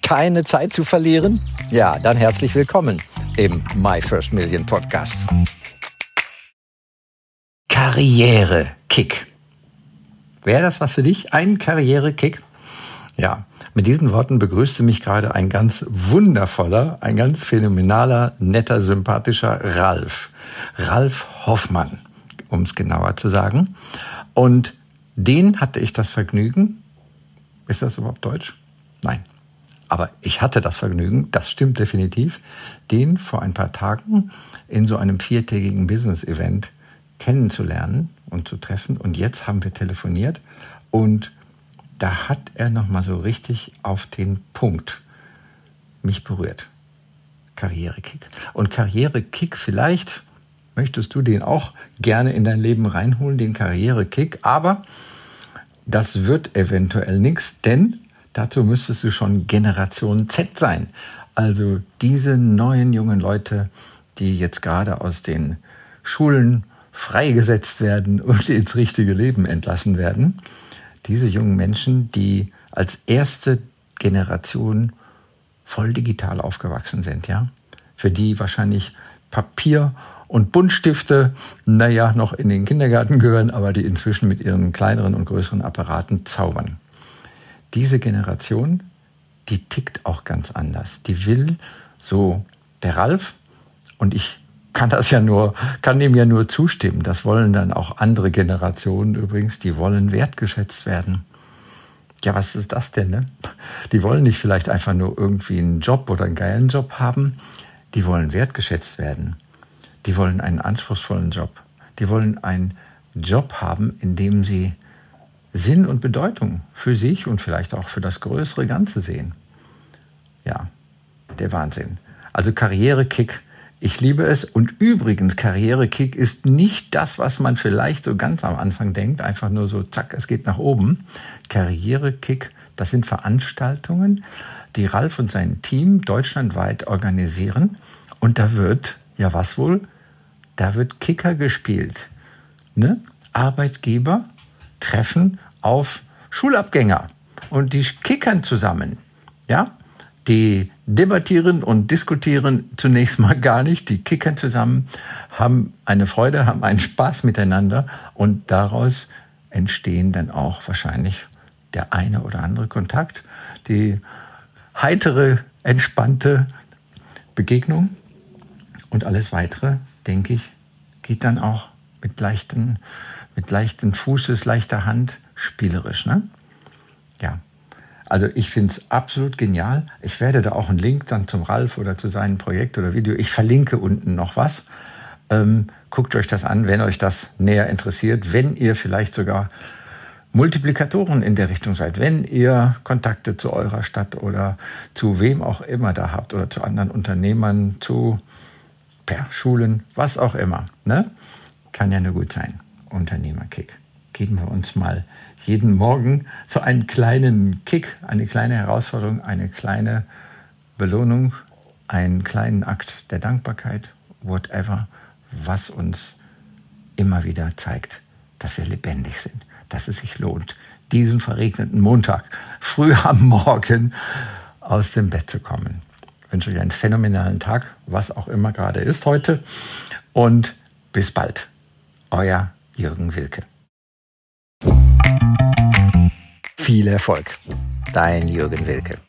keine Zeit zu verlieren? Ja, dann herzlich willkommen im My First Million Podcast. Karrierekick. Wäre das was für dich? Ein Karrierekick? Ja, mit diesen Worten begrüßte mich gerade ein ganz wundervoller, ein ganz phänomenaler, netter, sympathischer Ralf. Ralf Hoffmann, um es genauer zu sagen. Und den hatte ich das Vergnügen, ist das überhaupt Deutsch? Nein. Aber ich hatte das Vergnügen, das stimmt definitiv, den vor ein paar Tagen in so einem 4-tägigen Business-Event kennenzulernen und zu treffen. Und jetzt haben wir telefoniert und da hat er nochmal so richtig auf den Punkt mich berührt. Karrierekick. Und Karrierekick, vielleicht möchtest du den auch gerne in dein Leben reinholen, den Karrierekick. Aber das wird eventuell nichts, denn dazu müsstest du schon Generation Z sein. Also diese neuen jungen Leute, die jetzt gerade aus den Schulen freigesetzt werden und ins richtige Leben entlassen werden. Diese jungen Menschen, die als erste Generation voll digital aufgewachsen sind, ja, für die wahrscheinlich Papier und Buntstifte, noch in den Kindergarten gehören, aber die inzwischen mit ihren kleineren und größeren Apparaten zaubern. Diese Generation, die tickt auch ganz anders. Die will, so der Ralf, und ich kann dem ja nur zustimmen. Das wollen dann auch andere Generationen übrigens, die wollen wertgeschätzt werden. Ja, was ist das denn, ne? Die wollen nicht vielleicht einfach nur irgendwie einen Job oder einen geilen Job haben. Die wollen wertgeschätzt werden. Die wollen einen anspruchsvollen Job. Die wollen einen Job haben, in dem sie Sinn und Bedeutung für sich und vielleicht auch für das größere Ganze sehen. Ja, der Wahnsinn. Also Karrierekick, ich liebe es. Und übrigens, Karrierekick ist nicht das, was man vielleicht so ganz am Anfang denkt. Einfach nur so, zack, es geht nach oben. Karrierekick, das sind Veranstaltungen, die Ralf und sein Team deutschlandweit organisieren. Und da wird, ja was wohl, da wird Kicker gespielt. Ne? Arbeitgeber treffen auf Schulabgänger und die kickern zusammen. Ja? Die debattieren und diskutieren zunächst mal gar nicht. Die kickern zusammen, haben eine Freude, haben einen Spaß miteinander und daraus entstehen dann auch wahrscheinlich der eine oder andere Kontakt, die heitere, entspannte Begegnung und alles Weitere, denke ich, geht dann auch mit leichten Fußes, leichter Hand, spielerisch, ne? Ja. Also ich finde es absolut genial. Ich werde da auch einen Link dann zum Ralf oder zu seinem Projekt oder Video. Ich verlinke unten noch was. Guckt euch das an, wenn euch das näher interessiert. Wenn ihr vielleicht sogar Multiplikatoren in der Richtung seid. Wenn ihr Kontakte zu eurer Stadt oder zu wem auch immer da habt oder zu anderen Unternehmern, zu Schulen, was auch immer. Ne? Kann ja nur gut sein. Unternehmerkick. Geben wir uns mal jeden Morgen so einen kleinen Kick, eine kleine Herausforderung, eine kleine Belohnung, einen kleinen Akt der Dankbarkeit, whatever, was uns immer wieder zeigt, dass wir lebendig sind, dass es sich lohnt, diesen verregneten Montag früh am Morgen aus dem Bett zu kommen. Ich wünsche euch einen phänomenalen Tag, was auch immer gerade ist heute, und bis bald. Euer Jürgen Wilke. Viel Erfolg, dein Jürgen Wilke.